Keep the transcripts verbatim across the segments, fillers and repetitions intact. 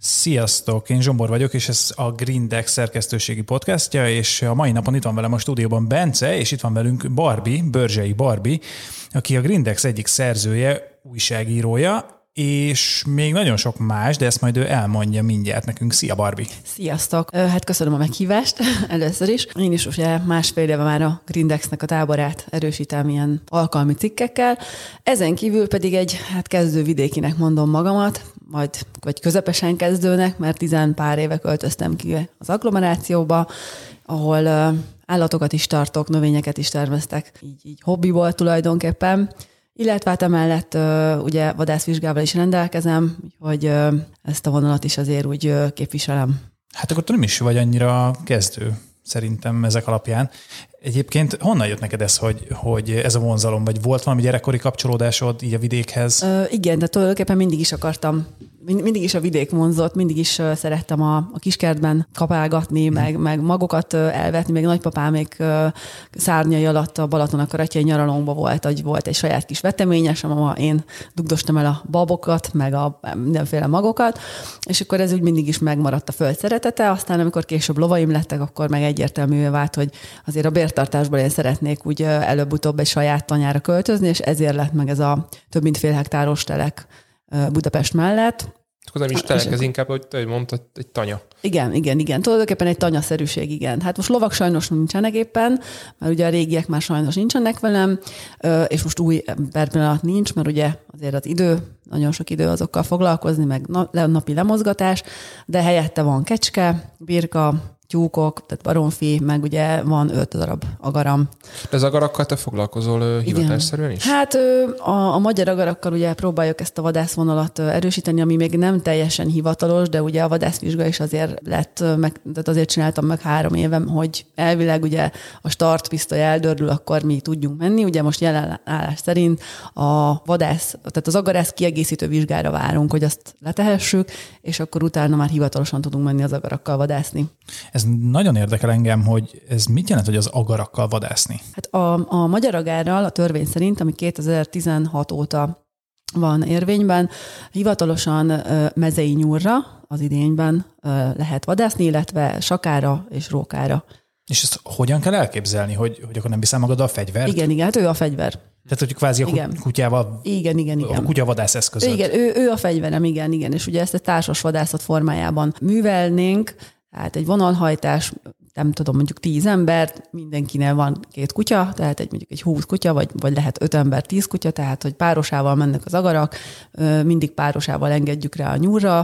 Sziasztok, én Zsombor vagyok, és ez a Grindex szerkesztőségi podcastja, és a mai napon itt van velem a stúdióban Bence, és itt van velünk Barbie, Börzsei Barbie, aki a Grindex egyik szerzője, újságírója, és még nagyon sok más, de ezt majd ő elmondja mindjárt nekünk. Szia, Barbie! Sziasztok! Hát köszönöm a meghívást először is. Én is ugye másfél éve már a Grindexnek a táborát erősítem ilyen alkalmi cikkekkel. Ezen kívül pedig egy hát kezdő vidékinek mondom magamat, majd, vagy közepesen kezdőnek, mert tizen pár éve költöztem ki az agglomerációba, ahol uh, állatokat is tartok, növényeket is termesztek, így, így hobbiból tulajdonképpen. Illetve hát emellett uh, ugye vadászvizsgával is rendelkezem, úgyhogy uh, ezt a vonalat is azért úgy uh, képviselem. Hát akkor nem is vagy annyira kezdő, szerintem ezek alapján. Egyébként honnan jött neked ez, hogy, hogy ez a vonzalom, vagy volt valami gyerekkori kapcsolódásod így a vidékhez? Uh, igen, de tulajdonképpen mindig is akartam, mindig is a vidék vonzott, mindig is uh, szerettem a, a kiskertben kapálgatni, hmm. meg, meg magokat uh, elvetni, még nagypapámék uh, szárnyai alatt a Balaton a Karatjai nyaralónkban volt, hogy volt egy saját kis veteményes, ahol én dugdostam el a babokat, meg a mindenféle magokat, és akkor ez úgy mindig is megmaradt a föld szeretete, aztán amikor később lovaim lettek, akkor meg egyértelművé vált, hogy azért a bértartásból én szeretnék úgy uh, előbb-utóbb egy saját tanyára költözni, és ezért lett meg ez a több mint fél hektáros telek Budapest mellett. Akkor nem is telek, ez inkább, hogy te mondtad, egy tanya. Igen, igen, igen. Tulajdonképpen egy tanyaszerűség, igen. Hát most lovak sajnos nincsenek éppen, mert ugye a régiek már sajnos nincsenek velem, és most új per pillanat nincs, mert ugye azért az idő, nagyon sok idő azokkal foglalkozni, meg napi lemozgatás, de helyette van kecske, birka, tyúkok, tehát baromfi, meg ugye van öt darab agaram. De az agarakkal te foglalkozol hivatásszerűen is? Hát a, a magyar agarakkal ugye próbáljuk ezt a vadászvonalat erősíteni, ami még nem teljesen hivatalos, de ugye a vadászvizsga is azért lett, meg, tehát azért csináltam meg három évem, hogy elvileg ugye a startpisztoly eldördül, akkor mi tudjunk menni. Ugye most jelen állás szerint a vadász, tehát az agarász kiegészítő vizsgára várunk, hogy azt letehessük, és akkor utána már hivatalosan tudunk menni az agarakkal vadászni. Ez nagyon érdekel engem, hogy ez mit jelent, hogy az agarakkal vadászni? Hát a, a magyar agárral a törvény szerint, ami kétezer-tizenhat óta van érvényben, hivatalosan mezei nyúlra az idényben lehet vadászni, illetve sakára és rókára. És ezt hogyan kell elképzelni, hogy, hogy akkor nem viszem magad a fegyvert? Igen, igen, hát ő a fegyver. Tehát, hogy kvázi a igen. kutyával, igen, igen, igen. a kutya vadászeszközöd. Igen, ő, ő a fegyverem, igen, igen. És ugye ezt a társas vadászat formájában művelnénk, tehát egy vonalhajtás, nem tudom, mondjuk tíz ember, mindenkinél van két kutya, tehát egy mondjuk egy húsz kutya, vagy, vagy lehet öt ember, tíz kutya, tehát hogy párosával mennek az agarak, mindig párosával engedjük rá a nyúlra,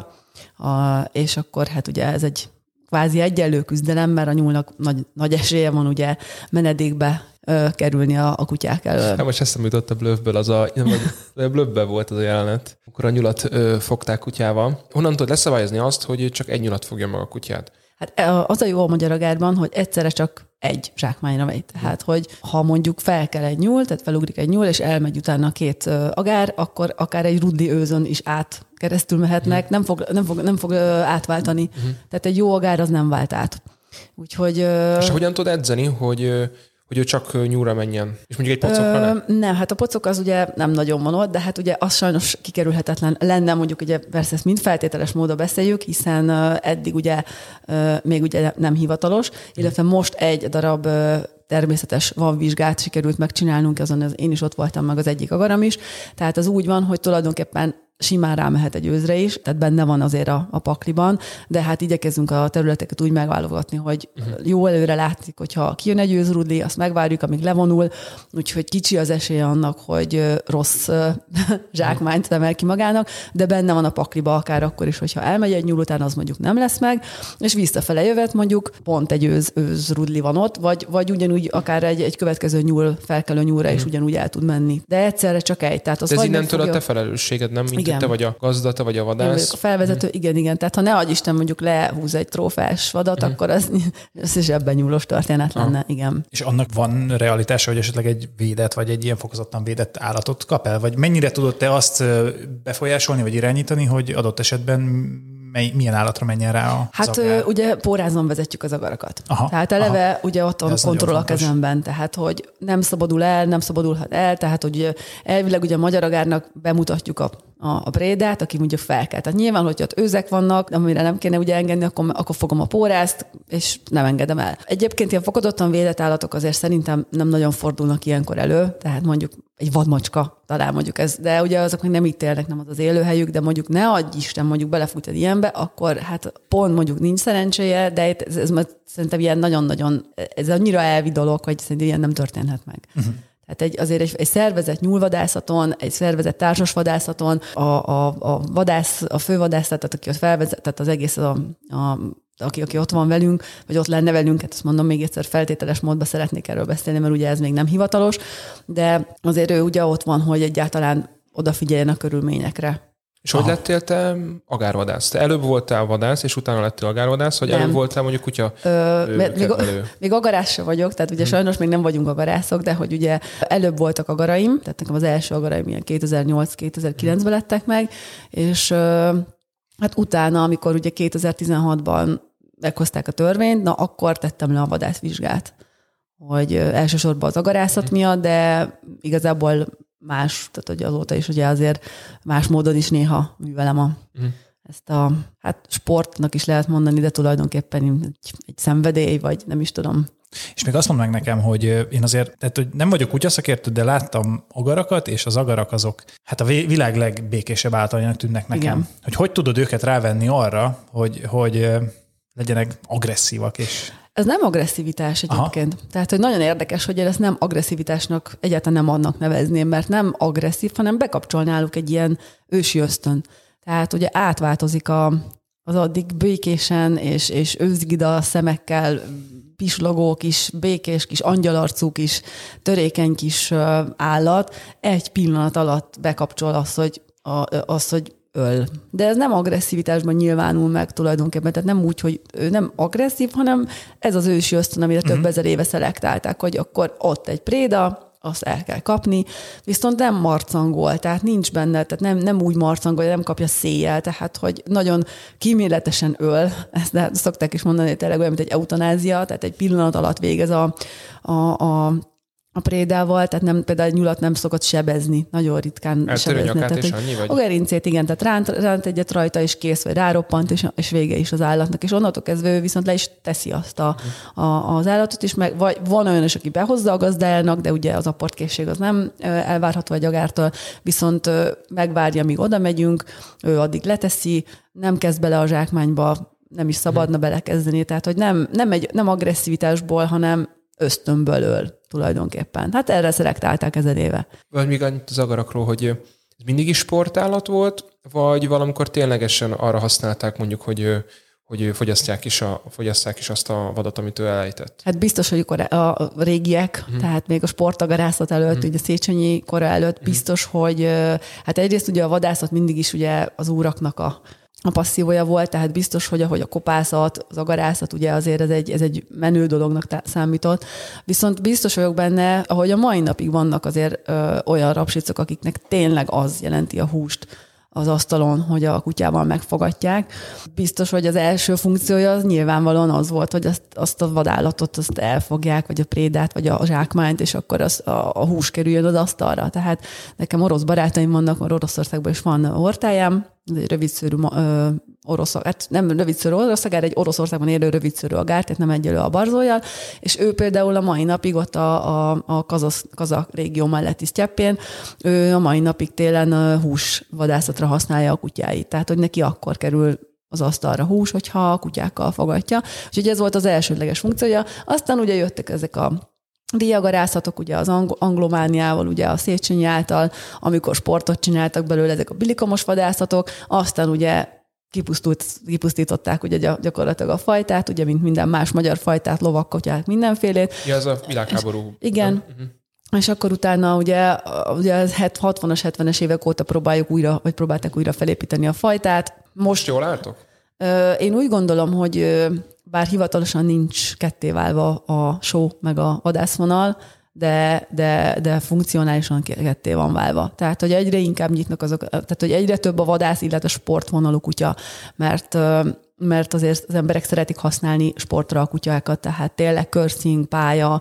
a, és akkor hát ugye ez egy kvázi egyenlő küzdelem, mert a nyúlnak nagy, nagy esélye van ugye menedékbe ö, kerülni a, a kutyák elől. Hát most eszembe jutott a Bluffből, az a, a Bluffben volt az a jelenet, akkor a nyulat ö, fogták kutyával. Honnan tudod leszabályozni azt, hogy csak egy nyulat fogja meg a kutyát? Hát az a jó a magyar agárban, hogy egyszerre csak egy zsákmányra megy. Tehát, hogy ha mondjuk fel kell egy nyúl, tehát felugrik egy nyúl, és elmegy utána két agár, akkor akár egy rudli őzön is át keresztül mehetnek, nem fog, nem fog, nem fog átváltani. Uh-huh. Tehát egy jó agár az nem vált át. Úgyhogy... És hogyan tudod edzeni, hogy... hogy ő csak nyúlra menjen, és mondjuk egy pocokra nem? Nem, hát a pocok az ugye nem nagyon van ott, de hát ugye az sajnos kikerülhetetlen lenne, mondjuk ugye persze ezt mind feltételes módon beszéljük, hiszen eddig ugye még ugye nem hivatalos, illetve most egy darab természetes vanvizsgát sikerült megcsinálnunk, azon az én is ott voltam, meg az egyik agaram is, tehát az úgy van, hogy tulajdonképpen simán rámehet egy őzre is, tehát benne van azért a, a pakliban, de hát igyekezzünk a területeket úgy megválogatni, hogy uh-huh. jó előre látszik, hogyha kijön egy őzrudli, azt megvárjuk, amíg levonul, úgyhogy kicsi az esélye annak, hogy rossz zsákmányt emel ki magának, de benne van a pakliba akár akkor is, hogyha elmegy egy nyúl után, az mondjuk nem lesz meg, és visszafele jövet mondjuk pont egy őz, őzrudli van ott, vagy, vagy ugyanúgy akár egy, egy következő nyúl, felkelő nyúlra uh-huh. is ugyanúgy el tud menni. De egyszerre csak egy. Tehát az de ez vagy így nem fogja... a te felelősséged, nem? Mint igen. Te vagy a gazda, te vagy a vadász. Én vagyok a felvezető, mm. igen, igen. Tehát ha ne adj Isten mondjuk lehúz egy trófás vadat, mm. akkor az, az is ebben nyúlos történet lenne, ah. igen. És annak van realitása, hogy esetleg egy védett, vagy egy ilyen fokozottan védett állatot kap el? Vagy mennyire tudod te azt befolyásolni, vagy irányítani, hogy adott esetben mely, milyen állatra menjen rá a Hát agár? Ugye pórázon vezetjük az agarakat. Aha, tehát eleve aha. ugye ott van kontroll a kezemben, tehát hogy nem szabadul el, nem szabadulhat el, tehát hogy elvileg ugye a magyar agárnak bemutatjuk a a prédát, aki mondjuk fel kell. Tehát nyilván, hogyha ott őzek vannak, amire nem kéne ugye engedni, akkor, akkor fogom a pórázt, és nem engedem el. Egyébként ilyen fokozottan védett állatok azért szerintem nem nagyon fordulnak ilyenkor elő, tehát mondjuk egy vadmacska, talán mondjuk ez, de ugye azok még nem itt élnek, nem az az élőhelyük, de mondjuk ne adj Isten, mondjuk belefut egy ilyenbe, akkor hát pont mondjuk nincs szerencséje, de ez, ez, ez szerintem ilyen nagyon-nagyon, ez annyira elvi dolog, hogy szerintem ilyen nem történhet meg. Uh-huh. Tehát egy, azért egy, egy szervezett nyúlvadászaton, egy szervezett társasvadászaton, a, a, a vadász, a fővadászat, tehát aki ott felvezet, tehát az egész, a, a, aki, aki ott van velünk, vagy ott lenne velünk, hát azt mondom, még egyszer feltételes módban szeretnék erről beszélni, mert ugye ez még nem hivatalos, de azért ő ugye ott van, hogy egyáltalán odafigyeljen a körülményekre. És Aha. hogy lettél te agárvadász? Te előbb voltál vadász, és utána lettél agárvadász, vagy nem. előbb voltál mondjuk kutya Ö, még, még agarász se vagyok, tehát ugye hmm. sajnos még nem vagyunk agarászok, de hogy ugye előbb voltak agaraim, tehát nekem az első agaraim ilyen kétezer-nyolc kétezer-kilencben lettek meg, és hát utána, amikor ugye kétezer-tizenhatban meghozták a törvényt, na akkor tettem le a vadászvizsgát, hogy elsősorban az agarászat hmm. miatt, de igazából más, tehát hogy azóta is ugye azért más módon is néha művelem a, mm. ezt a, hát sportnak is lehet mondani, de tulajdonképpen egy, egy szenvedély, vagy nem is tudom. És még azt mondd meg nekem, hogy én azért, tehát, hogy nem vagyok kutyaszakértő, de láttam agarakat, és az agarak azok, hát a világ legbékésebb állatainak tűnnek nekem. Igen. Hogy hogy tudod őket rávenni arra, hogy, hogy legyenek agresszívak, és... Ez nem agresszivitás egyébként. Aha. Tehát, hogy nagyon érdekes, hogy én ezt nem agresszivitásnak egyáltalán nem annak nevezném, mert nem agresszív, hanem bekapcsol náluk egy ilyen ősi ösztön. Tehát ugye átváltozik a, az addig békésen és, és őzgida szemekkel pislogó kis, békés kis angyalarcú kis, törékeny kis állat egy pillanat alatt bekapcsol az, hogy, az, hogy öl. De ez nem agresszivitásban nyilvánul meg tulajdonképpen, tehát nem úgy, hogy ő nem agresszív, hanem ez az ősi ösztön, amire uh-huh. több ezer éve szelektálták, hogy akkor ott egy préda, azt el kell kapni, viszont nem marcangol, tehát nincs benne, tehát nem, nem úgy marcangol, nem kapja széjjel, tehát hogy nagyon kíméletesen öl, ezt de szokták is mondani, hogy tényleg olyan, mint egy eutanázia, tehát egy pillanat alatt végez a, a, a a prédával, tehát nem, például egy nyulat nem szokott sebezni, nagyon ritkán eltörő sebezni. Nyakát tehát, és annyi, vagy? A gerincét, igen, tehát ránt, ránt egyet rajta, és kész, vagy rároppant, és, és vége is az állatnak. És onnantól kezdve ő viszont le is teszi azt a, a, az állatot is, meg, vagy van olyan is, aki behozza a gazdájának, de ugye az apportkészség az nem elvárható egy agártól, viszont megvárja, míg oda megyünk, ő addig leteszi, nem kezd bele a zsákmányba, nem is szabadna belekezdeni, tehát hogy nem, nem, egy, nem agresszivitásból, hanem ösztönből öl tulajdonképpen. Hát erre szelektálták ezer éve. Vagy még annyit az agarakról, hogy ez mindig is sportállat volt, vagy valamikor ténylegesen arra használták mondjuk, hogy, hogy fogyasztják is, a, fogyasztják is azt a vadat, amit ő elejtett? Hát biztos, hogy a régiek, hmm. tehát még a sportagarászat előtt, hmm. ugye a Széchenyi kora előtt hmm. biztos, hogy hát egyrészt ugye a vadászat mindig is ugye az úraknak a a passzívója volt, tehát biztos, hogy ahogy a kopászat, az agarászat, ugye azért ez egy, ez egy menő dolognak számított. Viszont biztos vagyok benne, ahogy a mai napig vannak azért ö, olyan rapsicok, akiknek tényleg az jelenti a húst az asztalon, hogy a kutyával megfogatják. Biztos, hogy az első funkciója az nyilvánvalóan az volt, hogy azt, azt a vadállatot azt elfogják, vagy a prédát, vagy a zsákmányt, és akkor az, a, a hús kerüljön az asztalra. Tehát nekem orosz barátaim vannak, mert Oroszországban is van hortályám, ez egy rövidszőrű ö, orosz, hát nem rövidszőrű oroszagár, egy Oroszországban élő rövidszőrű agár, tehát nem egyelő a barzólyal, és ő például a mai napig ott a, a, a kazasz, kazak régió melletti sztyeppén, ő a mai napig télen húsvadászatra használja a kutyáit, tehát hogy neki akkor kerül az asztalra hús, hogyha a kutyákkal fogatja. Úgyhogy ez volt az elsődleges funkciója. Aztán ugye jöttek ezek a díjagarászatok, ugye az anglomániával, ugye a Széchenyi által, amikor sportot csináltak belőle, ezek a bilikomos vadászatok, aztán ugye kipusztult, kipusztították ugye gyakorlatilag a fajtát, ugye mint minden más magyar fajtát, lovak, kutyák, mindenfélét. Ja, ez a világháború. És, igen. Uh-huh. És akkor utána ugye, ugye hatvanas, hetvenes évek óta próbáljuk újra, vagy próbálták újra felépíteni a fajtát. Most jól álltok? Én úgy gondolom, hogy bár hivatalosan nincs kettéválva a só meg a vadászvonal, de, de, de funkcionálisan ketté van válva. Tehát, hogy egyre inkább nyitnak azok, tehát, hogy egyre több a vadász, illetve a sportvonalú kutya, mert mert azért az emberek szeretik használni sportra a kutyákat, tehát tényleg körszín, pálya,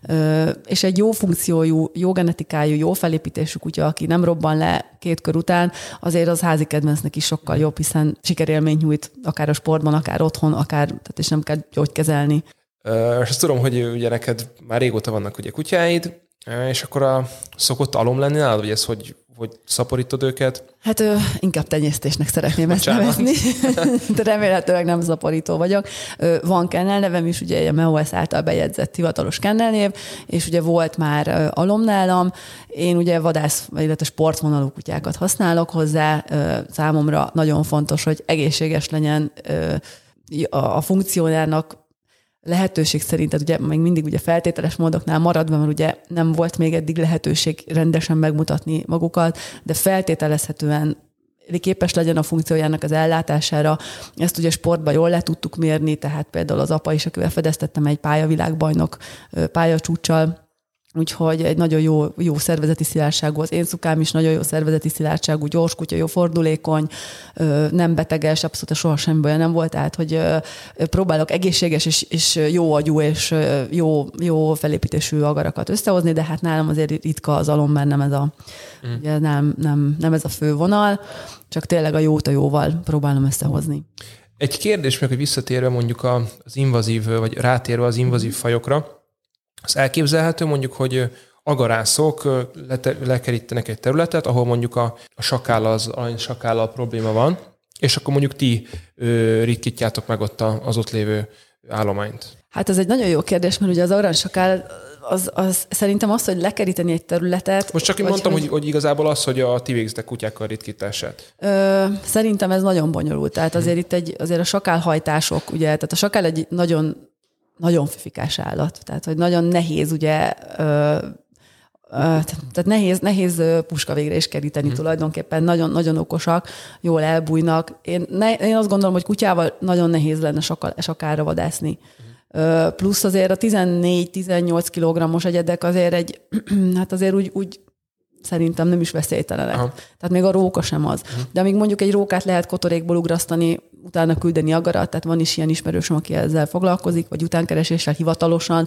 és egy jó funkciójú, jó genetikájú, jó felépítésű kutya, aki nem robban le két kör után, azért az házi kedvencnek is sokkal jobb, hiszen sikerélményt nyújt akár a sportban, akár otthon, akár, tehát és nem kell gyógykezelni. És azt tudom, hogy ugye neked már régóta vannak ugye kutyáid, és akkor a szokott alom lenni nálad, vagy ez, hogy, hogy szaporítod őket? Hát ö, inkább tenyésztésnek szeretném ezt nevezni, de remélhetőleg nem szaporító vagyok. Ö, van kennel nevem is, ugye a MEOS által bejegyzett hivatalos kennelnév, és ugye volt már ö, alom nálam. Én ugye vadász, illetve sportvonalú kutyákat használok hozzá. Ö, számomra nagyon fontos, hogy egészséges legyen ö, a, a funkciójának, lehetőség szerint, tehát ugye még mindig ugye feltételes módoknál maradva, mert ugye nem volt még eddig lehetőség rendesen megmutatni magukat, de feltételezhetően képes legyen a funkciójának az ellátására. Ezt ugye sportban jól le tudtuk mérni, tehát például az apa is, akivel fedeztettem egy pályavilágbajnok pályacsúccsal, úgyhogy egy nagyon jó, jó szervezeti szilárdságú, az én szukám is nagyon jó szervezeti szilárdságú, gyors kutya, jó fordulékony, nem beteges, abszolút soha semmi baj nem volt, tehát hogy próbálok egészséges és, és jó agyú és jó, jó felépítésű agarakat összehozni, de hát nálam azért ritka az alom, mert nem ez a, mm. ugye nem, nem, nem ez a fő vonal, csak tényleg a jót a jóval próbálom összehozni. Egy kérdés meg, hogy visszatérve mondjuk az invazív, vagy rátérve az invazív fajokra, az elképzelhető mondjuk, hogy agarászok lekerítenek egy területet, ahol mondjuk a, a sakállal, az aranysakállal probléma van, és akkor mondjuk ti ö, ritkítjátok meg ott a, az ott lévő állományt. Hát ez egy nagyon jó kérdés, mert ugye az aranysakál az, az szerintem az, hogy lekeríteni egy területet... Most csak én mondtam, hogy, hogy, hogy igazából az, hogy a ti végzitek kutyákkal ritkítását. Ö, szerintem ez nagyon bonyolult. Tehát azért itt egy, azért a sakálhajtások, ugye, tehát a sakál egy nagyon nagyon fifikás állat. Tehát, hogy nagyon nehéz, ugye, ö, ö, tehát nehéz, nehéz puska végre is keríteni mm. tulajdonképpen. Nagyon, nagyon okosak, jól elbújnak. Én, ne, én azt gondolom, hogy kutyával nagyon nehéz lenne sakal, sakára vadászni. Mm. Ö, plusz azért a tizennégy-tizennyolc kilogrammos egyedek azért egy, hát azért úgy, úgy szerintem nem is veszélytelenek. Aha. Tehát még a róka sem az. Uh-huh. De amíg mondjuk egy rókát lehet kotorékból ugrasztani, utána küldeni agarat, tehát van is ilyen ismerősöm, aki ezzel foglalkozik, vagy utánkereséssel hivatalosan,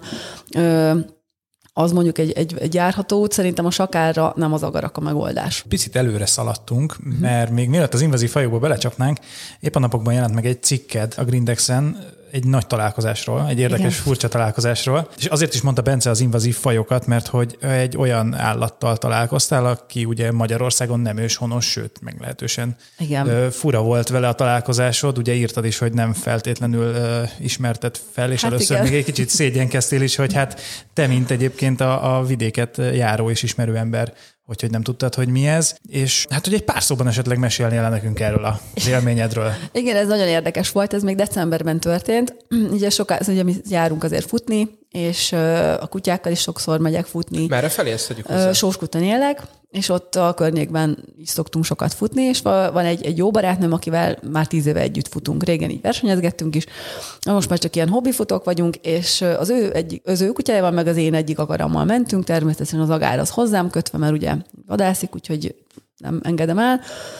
az mondjuk egy, egy, egy járható út, szerintem a sakálra nem az agarak a megoldás. Picit előre szaladtunk, uh-huh. mert még mielőtt az invazív fajokba belecsapnánk, épp a napokban jelent meg egy cikked a Grindexen, egy nagy találkozásról, egy érdekes, igen. furcsa találkozásról. És azért is mondta Bence az invazív fajokat, mert hogy egy olyan állattal találkoztál, aki ugye Magyarországon nem őshonos, sőt, meglehetősen igen. fura volt vele a találkozásod. Ugye írtad is, hogy nem feltétlenül ismerted fel, és hát először igen. még egy kicsit szégyenkeztél is, hogy hát te, mint egyébként a, a vidéket járó és ismerő ember, hogy, hogy nem tudtad, hogy mi ez. És hát, hogy egy pár szóban esetleg mesélnél el nekünk erről az élményedről. Igen, ez nagyon érdekes volt, ez még decemberben történt. Ugye soká, ugye mi járunk azért futni, és a kutyákkal is sokszor megyek futni. Merre felé ezt tegyük hozzá? Sóskúton élek, és ott a környékben is szoktunk sokat futni, és van egy, egy jó barátnőm, akivel már tíz éve együtt futunk. Régen így versenyezgettünk is. Most már csak ilyen hobbifutók vagyunk, és az ő, egy, az ő kutyájával, meg az én egyik agarammal mentünk. Természetesen az agár az hozzám kötve, mert ugye vadászik, úgyhogy nem engedem el.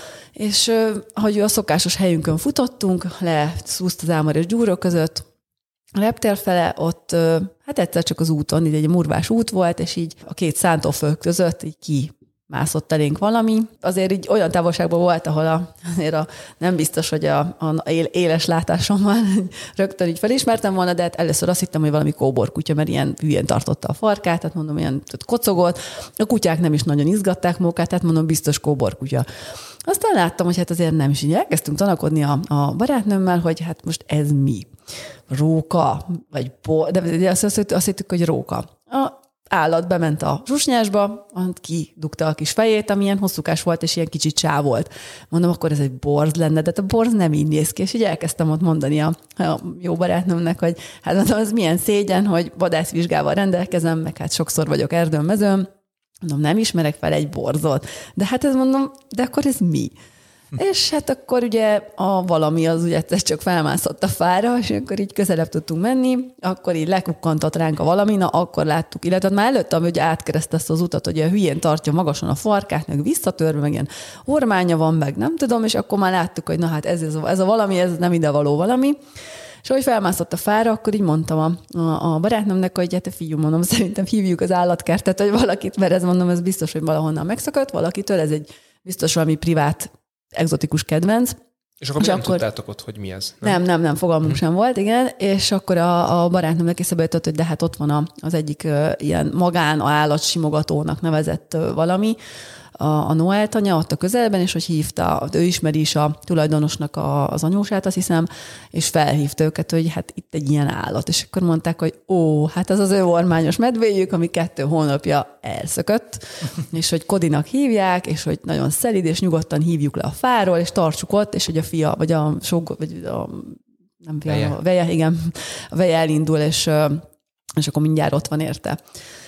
És ahogy a szokásos helyünkön futottunk, leszúzt az Ámor és Gyúró között, a reptér fele, ott hát egyszer csak az úton, így egy murvás út volt, és így a két szántóföld között így kimászott elénk valami. Azért így olyan távolságban volt, ahol a, azért a, nem biztos, hogy a, a éles látásommal rögtön így felismertem volna, de hát először azt hittem, hogy valami kóborkutya, mert ilyen hülyén tartotta a farkát, tehát mondom, ilyen kocogott. A kutyák nem is nagyon izgatták magukat, tehát mondom, biztos kóborkutya. Aztán láttam, hogy hát azért nem is, így elkezdtünk tanakodni a, a barátnőmmel, hogy hát most ez mi? Róka? Vagy por? De azt, azt, azt hittük, hogy róka. A állat bement a zsusnyásba, kidugta a kis fejét, ami ilyen hosszúkás volt, és ilyen kicsit csáv volt. Mondom, akkor ez egy borz lenne, de a borz nem így néz ki, és így elkezdtem ott mondani a, a jó barátnőmnek, hogy hát mondom, az milyen szégyen, hogy vadászvizsgával rendelkezem, meg hát sokszor vagyok erdőn, mezőn. Mondom, nem ismerek fel egy borzot. De hát ez mondom, de akkor ez mi? És hát akkor ugye a valami az ugye csak felmászott a fára, és akkor így közelebb tudtunk menni, akkor így lekukkantott ránk a valami, na akkor láttuk, illetve már előtte, hogy átkeresztezte az utat, hogy a hülyén tartja magasan a farkát, meg visszatörve, meg ilyen ormánya van, meg nem tudom, és akkor már láttuk, hogy na hát ez, ez, a, ez a valami, ez nem ide való valami. És ahogy felmászott a fára, akkor így mondtam a, a, a barátnőmnek, hogy hát fiú, mondom, szerintem hívjuk az állatkertet, hogy valakit, mert ez mondom, ez biztos, hogy valahonnan megszakadt valakitől, ez egy biztos valami privát, egzotikus kedvenc. És akkor és nem akkor... tudtátok ott, hogy mi ez? Nem, nem, nem, nem fogalmunk hmm. sem volt, igen. És akkor a, a barátnőmnek eszébe jutott, hogy de hát ott van a, az egyik uh, ilyen magán állatsimogatónak nevezett uh, valami, a, a Noel tanya ott a közelben, és hogy hívta, ő ismeri is a tulajdonosnak a, az anyósát, azt hiszem, és felhívta őket, hogy hát itt egy ilyen állat. És akkor mondták, hogy ó, hát ez az ő ormányos medvéjük, ami kettő hónapja elszökött, és hogy Kodinak hívják, és hogy nagyon szelíd, és nyugodtan hívjuk le a fáról, és tartsuk ott, és hogy a fia, vagy a sog, vagy a nem fia, veje. a veje, igen, a veje elindul, és, és akkor mindjárt ott van érte.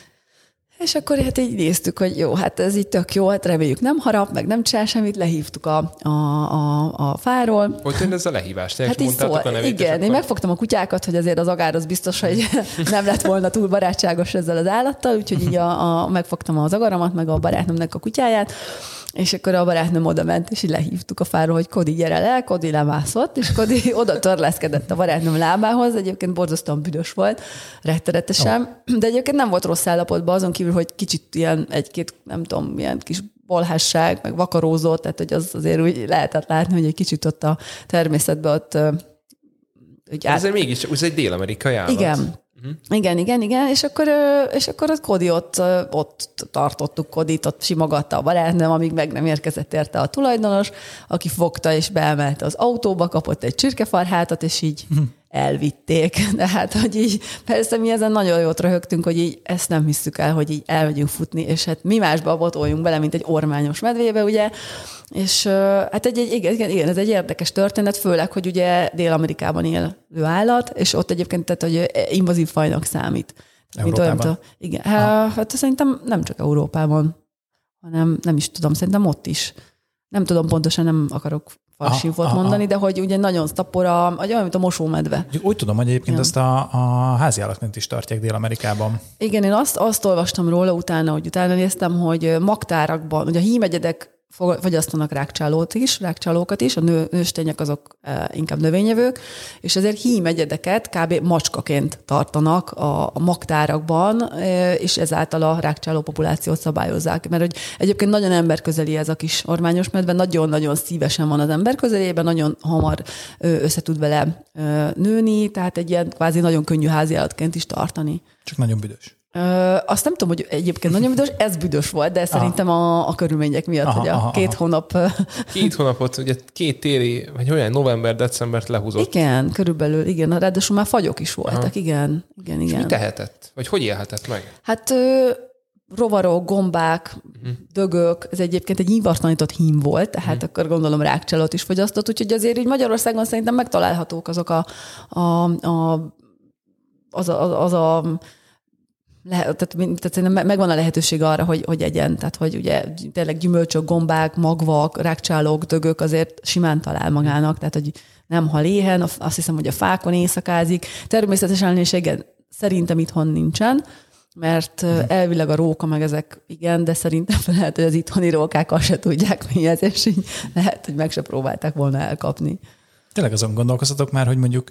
És akkor hát így néztük, hogy jó, hát ez így tök jó, hát reméljük nem harap, meg nem csinál semmit, lehívtuk a, a, a, a fáról. Hogy tűnt ez a lehívás? Te hát így szól, a nevét, igen, akkor... én megfogtam a kutyákat, hogy azért az agár az biztos, hogy nem lett volna túl barátságos ezzel az állattal, úgyhogy így a, a, megfogtam az agaramat, meg a barátnőmnek a kutyáját, és akkor a barátnőm oda ment, és így lehívtuk a fáról, hogy Kodi, gyere le, Kodi lemászott, és Kodi oda törleszkedett a barátnőm lábához, egyébként borzasztóan büdös volt, rettenetesen, de egyébként nem volt rossz állapotban, azon kívül, hogy kicsit ilyen egy-két, nem tudom, ilyen kis bolhásság, meg vakarózott, tehát hogy az azért úgy lehetett látni, hogy egy kicsit ott a természetben ott... Úgy át... Ezért mégis, ez egy dél-amerikai állat. Igen. Uh-huh. Igen, igen, igen, és akkor, és akkor ott Kodi ott, ott tartottuk Kodit, ott simogatta a barátnőm, amíg meg nem érkezett érte a tulajdonos, aki fogta és beemelte az autóba, kapott egy csirkefarhátat, és így uh-huh. elvitték. De hát, hogy így, persze mi ezen nagyon jót röhögtünk, hogy így ezt nem hisszük el, hogy így elmegyünk futni, és hát mi másba botoljunk bele, mint egy ormányos medvébe, ugye, és hát egy, egy, igen, igen, ez egy érdekes történet, főleg, hogy ugye Dél-Amerikában élő állat, és ott egyébként tehát, hogy invazív fajnak számít. Európában? Mint olyan, igen, hát, hát szerintem nem csak Európában, hanem nem is tudom, szerintem ott is. Nem tudom pontosan, nem akarok falsinfot mondani, de hogy ugye nagyon szapora, olyan, mint a mosómedve. Úgy tudom, hogy egyébként ja. azt a, a háziállatként is tartják Dél-Amerikában. Igen, én azt, azt olvastam róla utána, hogy utána néztem, hogy magtárakban, ugye a hímegyedek fogyasztanak rákcsálót is, rákcsálókat is, a nő, nőstények azok e, inkább növényevők, és ezért hímegyedeket kb. Macskaként tartanak a, a magtárakban, e, és ezáltal a rákcsáló populációt szabályozzák. Mert hogy egyébként nagyon emberközeli ez a kis ormányos medve, nagyon-nagyon szívesen van az ember közelében, nagyon hamar össze tud vele nőni, tehát egy ilyen kvázi nagyon könnyű háziállatként is tartani. Csak nagyon büdös. Ö, azt nem tudom, hogy egyébként nagyon büdös, ez büdös volt, de szerintem a, a körülmények miatt, aha, hogy a aha, két aha. hónap... Két hónapot, ugye két téli, vagy olyan november-decembert lehúzott. Igen, körülbelül, igen, ráadásul már fagyok is voltak, aha. igen, igen, igen. És mi tehetett? Vagy hogy élhetett meg? Hát ö, rovarok, gombák, uh-huh. dögök, ez egyébként egy invartlanított hím volt, tehát uh-huh. akkor gondolom rákcsálót is fogyasztott, úgyhogy azért így Magyarországon szerintem megtalálhatók azok a, a, a az a, az, az a Le, tehát, tehát megvan a lehetőség arra, hogy, hogy egyen. Tehát, hogy ugye tényleg gyümölcsök, gombák, magvak, rákcsálók, dögök azért simán talál magának, tehát, hogy nem hal éhen, azt hiszem, hogy a fákon éjszakázik. Természetesen ellenségen szerintem itthon nincsen, mert elvileg a róka meg ezek igen, de szerintem lehet, hogy az itthoni rókák azt se tudják mi ez, és így lehet, hogy meg se próbálták volna elkapni. Tényleg azon gondolkoztatok már, hogy mondjuk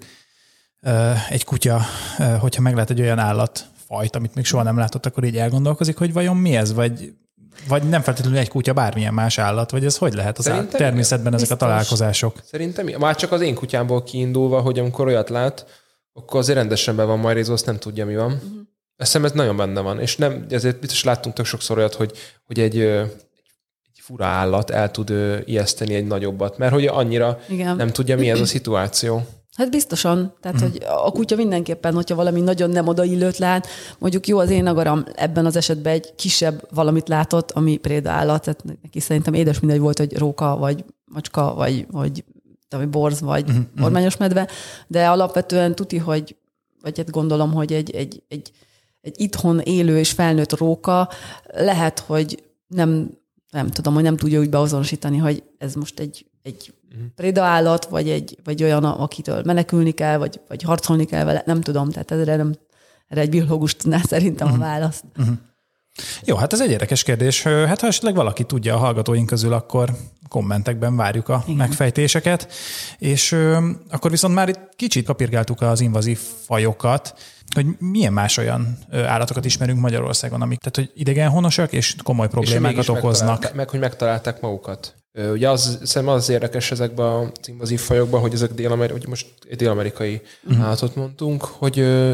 egy kutya, hogyha meglát egy olyan állat, fajt, amit még soha nem látott, akkor így elgondolkozik, hogy vajon mi ez, vagy, vagy nem feltétlenül egy kutya, bármilyen más állat, vagy ez hogy lehet az át, természetben ezek biztos. A találkozások? Szerintem már csak az én kutyámból kiindulva, hogy amikor olyat lát, akkor azért rendesen be van majd rézve, azt nem tudja, mi van. Uh-huh. Azt hiszem, ez nagyon benne van, és nem, ezért biztos láttunk tök sokszor olyat, hogy, hogy egy, egy fura állat el tud ijeszteni egy nagyobbat, mert hogy annyira igen. nem tudja, mi ez a szituáció. Hát biztosan. Tehát, hogy a kutya mindenképpen, hogyha valami nagyon nem odaillőt lát, mondjuk jó, az én agaram ebben az esetben egy kisebb valamit látott, ami prédaállat, tehát neki szerintem édes mindegy volt, hogy róka, vagy macska, vagy, vagy, vagy borz, vagy uh-huh. ormányos medve, de alapvetően tuti, hogy, vagy hát gondolom, hogy egy, egy, egy, egy itthon élő és felnőtt róka lehet, hogy nem, nem tudom, hogy nem tudja úgy beazonosítani, hogy ez most egy egy préda állat, vagy, egy, vagy olyan, akitől menekülni kell, vagy, vagy harcolni kell vele, nem tudom, tehát erre, nem, erre egy biológus tudná szerintem a választ. Uh-huh. Jó, hát ez egy érdekes kérdés. Hát ha esetleg valaki tudja a hallgatóink közül, akkor kommentekben várjuk a Igen. megfejtéseket. És ö, akkor viszont már itt kicsit kapirgáltuk az invazív fajokat, hogy milyen más olyan állatokat ismerünk Magyarországon, amik tehát, hogy idegenhonosak és komoly problémákat és okoznak. Meg, hogy megtalálták magukat. Ugye az, szerintem az érdekes ezekben az invazív fajokban, hogy ezek dél-amerikai, hogy most egy dél-amerikai uh-huh. állatot mondtunk, hogy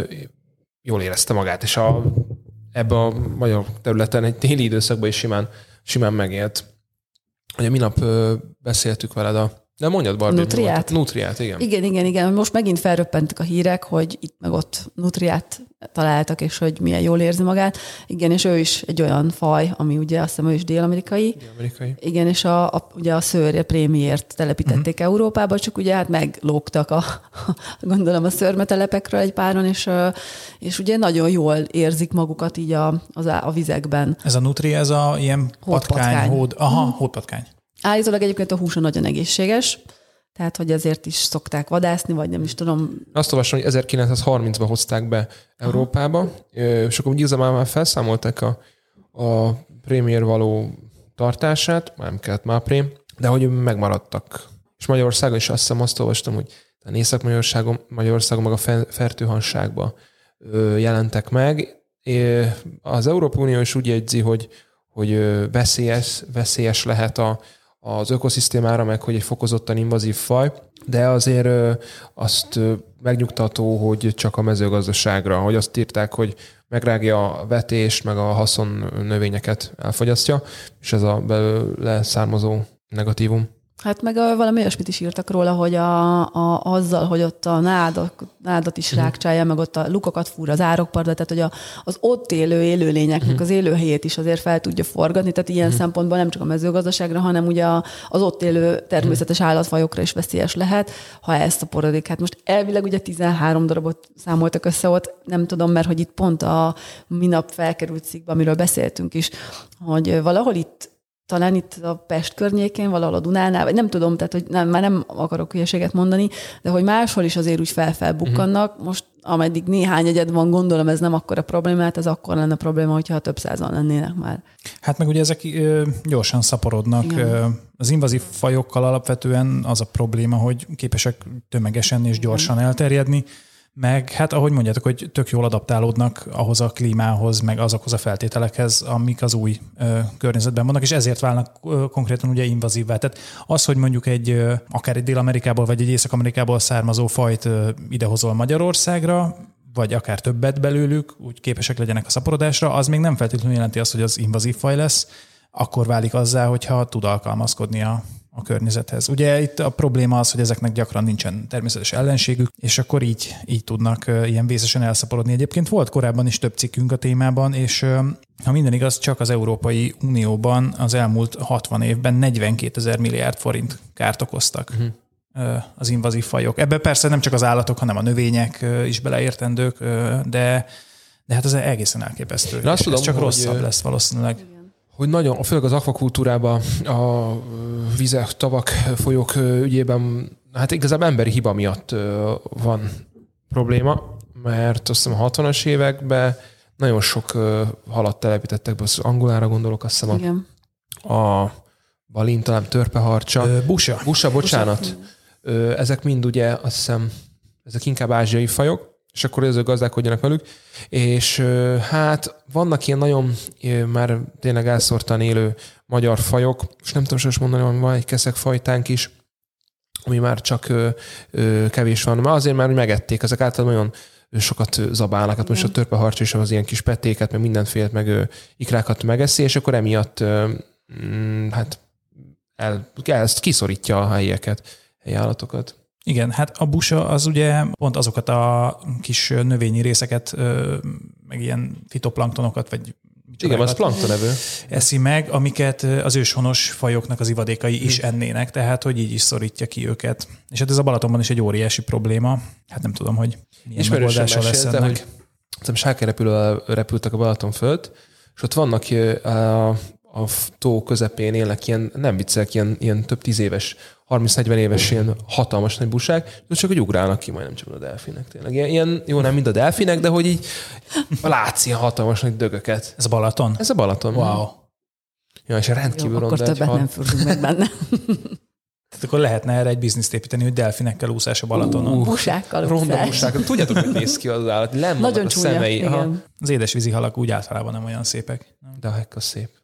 jól érezte magát, és a, ebbe a magyar területen egy téli időszakban is simán, simán megélt. Ugye minap beszéltük veled a de mondjad, Barbie. Nutriát. Nutriát, igen. Igen, igen, igen. Most megint felröppentek a hírek, hogy itt meg ott nutriát találtak, és hogy milyen jól érzi magát. Igen, és ő is egy olyan faj, ami ugye azt hiszem, ő is dél-amerikai. Dél-amerikai. Igen, és a, a, ugye a szőrje prémiért telepítették uh-huh. Európába, csak ugye hát meglógtak a, gondolom a szőrmetelepekről egy páron, és, és ugye nagyon jól érzik magukat így a, az, a vizekben. Ez a nutri, ez a ilyen patkány, hód, aha, hmm. hódpatkány. Állítólag egyébként a húsa nagyon egészséges, tehát hogy ezért is szokták vadászni, vagy nem is tudom. Azt olvasom, hogy ezerkilencszázharmincban hozták be Európába, Aha. és akkor igazából már felszámolták a, a prémiér való tartását, már nem kellett már prém, de hogy megmaradtak. És Magyarországon is azt hiszem azt olvastam, hogy Észak-Magyarországon Magyarországon meg a Fertőhanságban jelentek meg. Az Európai Unió is úgy jegyzi, hogy, hogy veszélyes, veszélyes lehet a az ökoszisztémára, meg hogy egy fokozottan invazív faj, de azért azt megnyugtató, hogy csak a mezőgazdaságra, hogy azt írták, hogy megrágja a vetést, meg a haszon növényeket elfogyasztja, és ez a belőle származó negatívum. Hát meg a, valami olyasmit is írtak róla, hogy a, a, azzal, hogy ott a nádat, nádat is uh-huh. rákcsálja, meg ott a lukakat fúr az árokpartra, tehát hogy a, az ott élő élőlényeknek uh-huh. az élőhelyét is azért fel tudja forgatni, tehát ilyen uh-huh. szempontból nem csak a mezőgazdaságra, hanem ugye az ott élő természetes uh-huh. állatfajokra is veszélyes lehet, ha ezt a porodik. Hát most elvileg ugye tizenhárom darabot számoltak össze ott, nem tudom, mert hogy itt pont a minap felkerült cikkben, amiről beszéltünk is, hogy valahol itt talán itt a Pest környékén, valahol a Dunánál, vagy nem tudom, tehát hogy nem, már nem akarok hülyeséget mondani, de hogy máshol is azért úgy felfelbukkannak. Uh-huh. Most ameddig néhány egyed van, gondolom ez nem akkora problémát, ez akkor lenne probléma, hogyha több százan lennének már. Hát meg ugye ezek ö, gyorsan szaporodnak. Igen. Az invazív fajokkal alapvetően az a probléma, hogy képesek tömegesen és gyorsan Igen. elterjedni, meg hát ahogy mondjátok, hogy tök jól adaptálódnak ahhoz a klímához, meg azokhoz a feltételekhez, amik az új ö, környezetben vannak, és ezért válnak ö, konkrétan ugye invazívvá. Tehát az, hogy mondjuk egy ö, akár egy Dél-Amerikából vagy egy Észak-Amerikából származó fajt ö, idehozol Magyarországra, vagy akár többet belőlük, úgy képesek legyenek a szaporodásra, az még nem feltétlenül jelenti azt, hogy az invazív faj lesz, akkor válik azzá, hogyha tud alkalmazkodni a a környezethez. Ugye itt a probléma az, hogy ezeknek gyakran nincsen természetes ellenségük, és akkor így, így tudnak ilyen vészesen elszaporodni. Egyébként volt korábban is több cikkünk a témában, és ha minden igaz, csak az Európai Unióban az elmúlt hatvan évben negyvenkétezer milliárd forint kárt okoztak uh-huh. az invazív fajok. Ebben persze nem csak az állatok, hanem a növények is beleértendők, de, de hát ez egészen elképesztő. Ez tudom, csak rosszabb lesz valószínűleg. Hogy nagyon, főleg az akvakultúrában, a vizek, tavak, folyók ügyében, hát igazából emberi hiba miatt van probléma, mert azt hiszem a hatvanas években nagyon sok halat telepítettek be, az angolára gondolok, azt hiszem Igen. a, a balin, talán törpeharcsa. Busa. Busa, bocsánat. Busa. Ezek mind ugye, azt hiszem, ezek inkább ázsiai fajok, és akkor ezzel gazdálkodjanak velük. És hát vannak ilyen nagyon már tényleg elszórtan élő magyar fajok, és nem tudom most mondani, hogy van egy keszegfajtánk is, ami már csak kevés van. Már azért már megették, ezek általában nagyon sokat zabálnak. Hát most a törpeharcsa is az ilyen kis petéket, meg mindenféle, meg ikrákat megeszi, és akkor emiatt hát el, ezt kiszorítja a helyieket, helyi állatokat. Igen, hát a busa az ugye pont azokat a kis növényi részeket, meg ilyen fitoplanktonokat, vagy igen, az planktonevő. Eszi meg, amiket az őshonos fajoknak az ivadékai is ennének, tehát hogy így is szorítja ki őket. És hát ez a Balatonban is egy óriási probléma. Hát nem tudom, hogy milyen megoldása lesz ennek. Hogy sárkárepülővel repültek a Balaton fölött, és ott vannak a, a tó közepén élnek ilyen, nem viccek, ilyen, ilyen több tíz éves harminc-negyven éves ilyen hatalmas nagy buság, csak hogy ugrálnak ki, majdnem csak a delfinek tényleg. Ilyen, ilyen, jó, nem mind a delfinek, de hogy így látsz ilyen hatalmas nagy dögöket. Ez a Balaton? Ez a Balaton. Wow. Ja, és rendkívül jó, akkor ronda. többet ha... nem fürdünk meg benne. Tehát akkor lehetne erre egy bizniszt építeni, hogy delfinekkel úszás a Balatonon. Uh, busákkal ronda úszás. busákkal. Tudjátok, hogy néz ki az állat? Nagyon a csúnya, szemei. igen. Az édesvízi halak úgy általában nem olyan szépek. De a hekk az szép.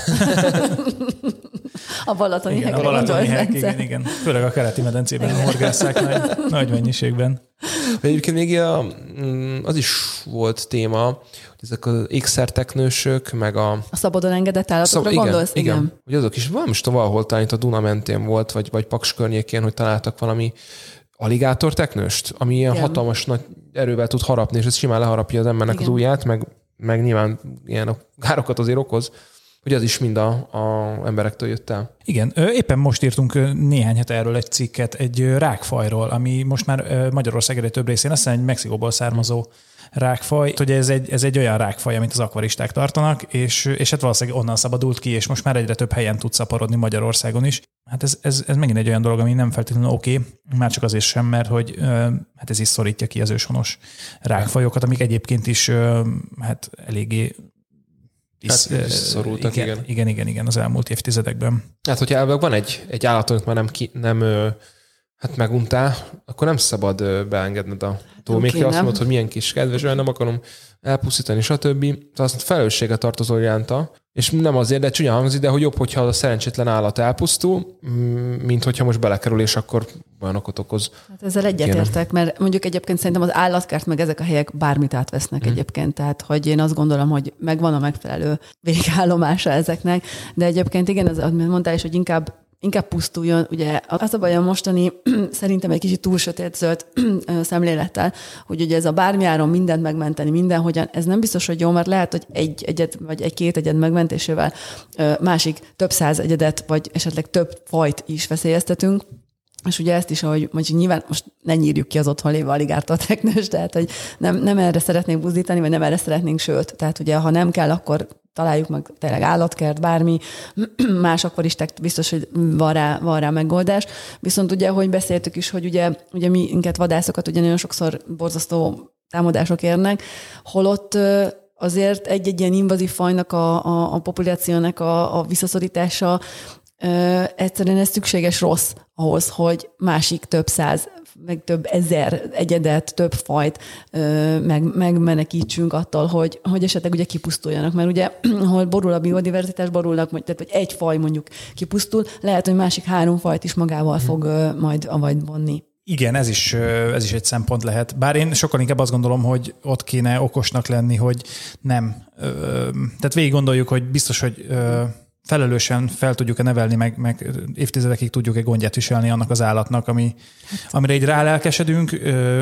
A balatoni igen, hekre a balatoni hek, gondolsz, igen, igen. Főleg a keleti medencében horgásszák nagy, nagy mennyiségben. Egyébként még a, az is volt téma, hogy ezek az ékszerteknősök, meg a... A szabadon engedett állatokra Szab, gondolsz? Igen, Igen. igen. Hogy azok is, van most valahol talán itt a Duna mentén volt, vagy, vagy Paks környékén, hogy találtak valami aligátorteknőst, ami ilyen igen. hatalmas nagy erővel tud harapni, és ez simán leharapja az embernek igen. az ujját, meg, meg nyilván ilyen károkat azért okoz, hogy az is mind a, a emberektől jött el. Igen, éppen most írtunk néhány hete erről egy cikket, egy rákfajról, ami most már Magyarország egyre több részén, azt hiszem egy Mexikóból származó rákfaj. Ugye ez egy, ez egy olyan rákfaj, amit az akvaristák tartanak, és, és hát valószínűleg onnan szabadult ki, és most már egyre több helyen tud szaporodni Magyarországon is. Hát ez, ez, ez megint egy olyan dolog, ami nem feltétlenül oké, okay, már csak azért sem, mert hogy hát ez is szorítja ki az őshonos rákfajokat, amik egyébként is hát eléggé Hát szorultak, igen, igen. igen. Igen, igen, az elmúlt évtizedekben. Hát, hogyha elvileg van egy, egy állat, amit már nem, ki, nem hát meguntál, akkor nem szabad beengedned a tómékre. Azt mondod, hogy milyen kis kedves, olyan nem akarom elpusztítani, stb. Tehát azt felelősséggel tartozol iránta, és nem azért, de csúnya hangzik, de hogy jobb, hogyha a szerencsétlen állat elpusztul, mint hogyha most belekerül, és akkor olyanokat okoz. Hát ezzel egyetértek, mert mondjuk egyébként szerintem az állatkert meg ezek a helyek bármit átvesznek hmm. egyébként, tehát hogy én azt gondolom, hogy megvan a megfelelő végállomása ezeknek, de egyébként igen, az, amit mondtál is, hogy inkább inkább pusztuljon. Ugye az a baj a mostani, szerintem egy kicsit túl sötétzöld szemlélettel, hogy ugye ez a bármiáron mindent megmenteni, mindenhogyan, ez nem biztos, hogy jó, mert lehet, hogy egy egyed, vagy egy-két egyed megmentésével másik több száz egyedet, vagy esetleg több fajt is veszélyeztetünk. És ugye ezt is, ahogy mondjuk nyilván most ne nyírjuk ki az otthon lévő aligátorteknős, tehát hogy nem, nem erre szeretnénk buzdítani, vagy nem erre szeretnénk, sőt, tehát ugye ha nem kell, akkor találjuk meg tényleg állatkert, bármi, más akvaristák biztos, hogy van rá, van rá megoldás. Viszont ugye, hogy beszéltük is, hogy ugye, ugye minket vadászokat ugye nagyon sokszor borzasztó támadások érnek, holott azért egy-egy ilyen invazív fajnak a, a, a populációnak a, a visszaszorítása Ö, egyszerűen ez szükséges rossz ahhoz, hogy másik több száz, meg több ezer egyedet, több fajt ö, meg, megmenekítsünk attól, hogy, hogy esetleg ugye kipusztuljanak. Mert ugye, ahol borul a biodiverzitás, borulnak, tehát hogy egy faj mondjuk kipusztul, lehet, hogy másik három fajt is magával fog ö, majd avagy vonni. Igen, ez is, ez is egy szempont lehet. Bár én sokkal inkább azt gondolom, hogy ott kéne okosnak lenni, hogy nem. Ö, tehát végig gondoljuk, hogy biztos, hogy ö, felelősen fel tudjuk-e nevelni, meg, meg évtizedekig tudjuk-e gondját viselni annak az állatnak, ami, amire így rálelkesedünk,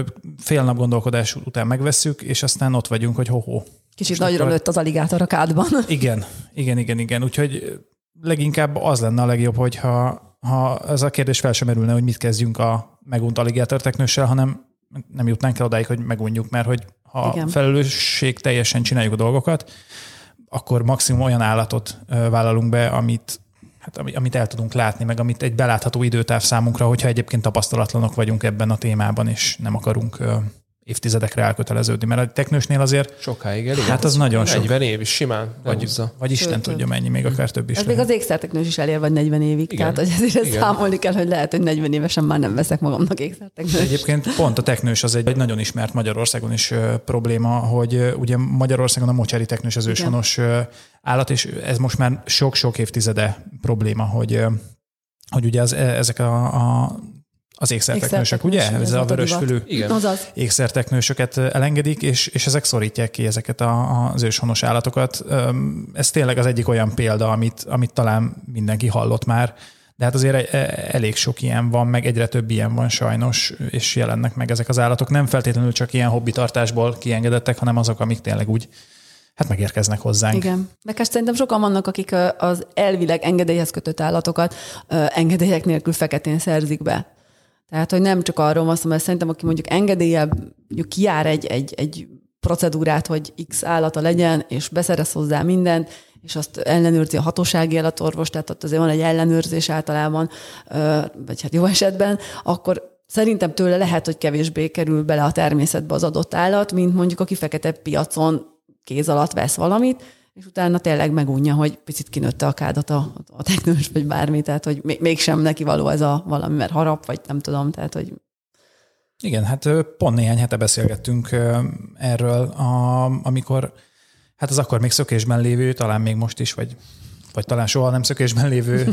fél nap gondolkodás után megvesszük, és aztán ott vagyunk, hogy ho-ho. Kicsit nagyra akkor... lőtt az aligátor a kádban. Igen, igen, igen, igen. Úgyhogy leginkább az lenne a legjobb, hogyha ha ez a kérdés fel sem merülne, hogy mit kezdjünk a megunt aligátorteknőssel, hanem nem jutnánk el odáig, hogy megunjuk, mert hogy ha igen. felelősség teljesen csináljuk a dolgokat, akkor maximum olyan állatot vállalunk be, amit, hát, amit el tudunk látni, meg amit egy belátható időtáv számunkra, hogyha egyébként tapasztalatlanok vagyunk ebben a témában, és nem akarunk évtizedekre elköteleződni. Mert a teknősnél azért... Sokáig elég. Hát az nagyon sok. negyven év is simán. Vagy, vagy Isten Sőt, tudja mennyi, még akár több is. Ez még az ékszerteknős is elér, vagy negyven évig. Igen. Tehát, hogy ezért Igen. számolni kell, hogy lehet, hogy negyven évesen már nem veszek magamnak ékszerteknős. Egyébként pont a teknős az egy, egy nagyon ismert Magyarországon is uh, probléma, hogy uh, ugye Magyarországon a mocsári teknős az őshonos uh, állat, és ez most már sok-sok évtizede probléma, hogy, uh, hogy ugye az, ezek a, a az ékszerteknősök, ugye? Ez a vörösfülű ékszerteknősöket elengedik, és, és ezek szorítják ki ezeket a, az őshonos állatokat. Ez tényleg az egyik olyan példa, amit, amit talán mindenki hallott már, de hát azért elég sok ilyen van, meg egyre több ilyen van sajnos, és jelennek meg ezek az állatok. Nem feltétlenül csak ilyen hobbitartásból kiengedettek, hanem azok, amik tényleg úgy hát megérkeznek hozzánk. Igen. Meg hát szerintem sokan vannak, akik az elvileg engedélyhez kötött állatokat engedélyek nélkül feketén szerzik be. Tehát, hogy nem csak arról van szó, mert szerintem, aki mondjuk engedéllyel mondjuk kijár egy, egy, egy procedúrát, hogy X állata legyen, és beszerez hozzá mindent, és azt ellenőrzi a hatósági állatorvos, tehát ott azért van egy ellenőrzés általában, vagy hát jó esetben, akkor szerintem tőle lehet, hogy kevésbé kerül bele a természetbe az adott állat, mint mondjuk aki fekete piacon kéz alatt vesz valamit, és utána tényleg megunja, hogy picit kinőtte a kádat a, a teknős, vagy bármi, tehát hogy mégsem neki való ez a valami, mert harap, vagy nem tudom, tehát hogy... Igen, hát pont néhány hete beszélgettünk erről, a, amikor, hát az akkor még szökésben lévő, talán még most is, vagy, vagy talán soha nem szökésben lévő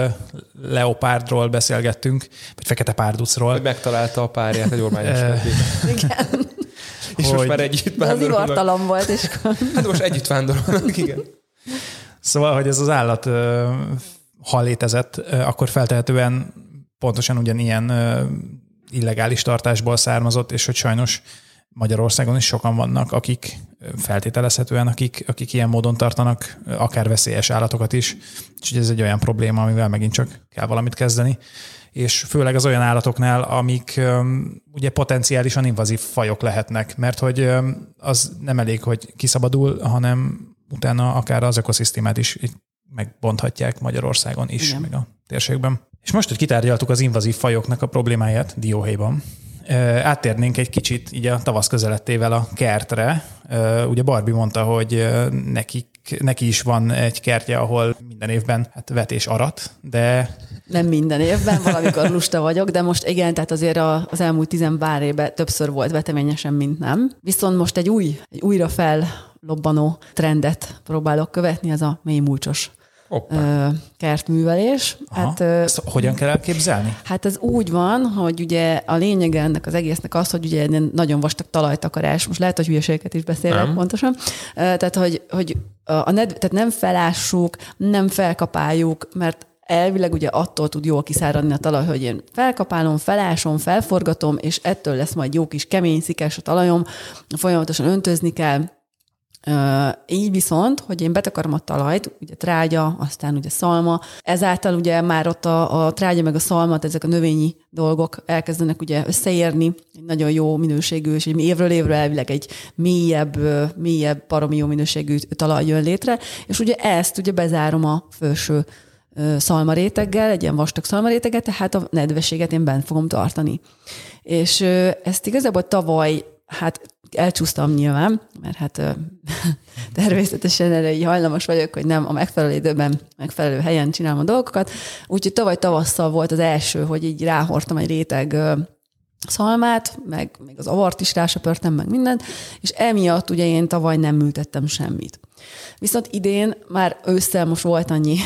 leopárdról beszélgettünk, vagy fekete párducról. Hogy megtalálta a párját egy ormányos Igen. És hogy... most már együtt vándorolnak. Az ivartalan volt, és... Hát most együtt vándorolnak, igen. Szóval, hogy ez az állat, ha létezett, akkor feltehetően pontosan ugyanilyen illegális tartásból származott, és hogy sajnos Magyarországon is sokan vannak, akik feltételezhetően, akik, akik ilyen módon tartanak akár veszélyes állatokat is. Úgyhogy ez egy olyan probléma, amivel megint csak kell valamit kezdeni. És főleg az olyan állatoknál, amik um, ugye potenciálisan invazív fajok lehetnek, mert hogy um, az nem elég, hogy kiszabadul, hanem utána akár az ökoszisztémát is megbonthatják Magyarországon is, igen, meg a térségben. És most, hogy kitárgyaltuk az invazív fajoknak a problémáját dióhéjban, áttérnénk egy kicsit így a tavasz közelettével a kertre. Ugye Barbie mondta, hogy neki, neki is van egy kertje, ahol minden évben hát vet és arat, de... Nem minden évben, valamikor lusta vagyok, de most igen, tehát azért az elmúlt tizenpár évben többször volt veteményesen, mint nem. Viszont most egy új, egy újra fellobbanó trendet próbálok követni, ez a mélymulcsos Hoppá. kertművelés. Hát, ezt hogyan kell elképzelni? Hát ez úgy van, hogy ugye a lényege ennek az egésznek az, hogy ugye egy nagyon vastag talajtakarás, most lehet, hogy hülyeségeket is beszélek nem. pontosan, tehát hogy, hogy a nedv, tehát nem felássuk, nem felkapáljuk, mert elvileg ugye attól tud jól kiszáradni a talaj, hogy én felkapálom, felásom, felforgatom, és ettől lesz majd jó kis kemény, szikás a talajom, folyamatosan öntözni kell. Uh, így viszont, hogy én betakarom a talajt, ugye trágya, aztán ugye szalma, ezáltal ugye már ott a, a trágya meg a szalmat, ezek a növényi dolgok elkezdenek ugye összeérni, egy nagyon jó minőségű, és egy évről évre elvileg egy mélyebb, mélyebb, baromi jó minőségű talaj jön létre, és ugye ezt ugye bezárom a felső szalmaréteggel, egy ilyen vastag szalmaréteget, tehát a nedvességet én bent fogom tartani. És ezt igazából tavaly, hát elcsúsztam nyilván, mert hát természetesen erre így hajlamos vagyok, hogy nem a megfelelő időben, megfelelő helyen csinálom a dolgokat. Úgyhogy tavaly tavasszal volt az első, hogy így ráhordtam egy réteg szalmát, meg még az avart is rásöpörtem, meg mindent, és emiatt ugye én tavaly nem ültettem semmit. Viszont idén már ősszel most volt annyi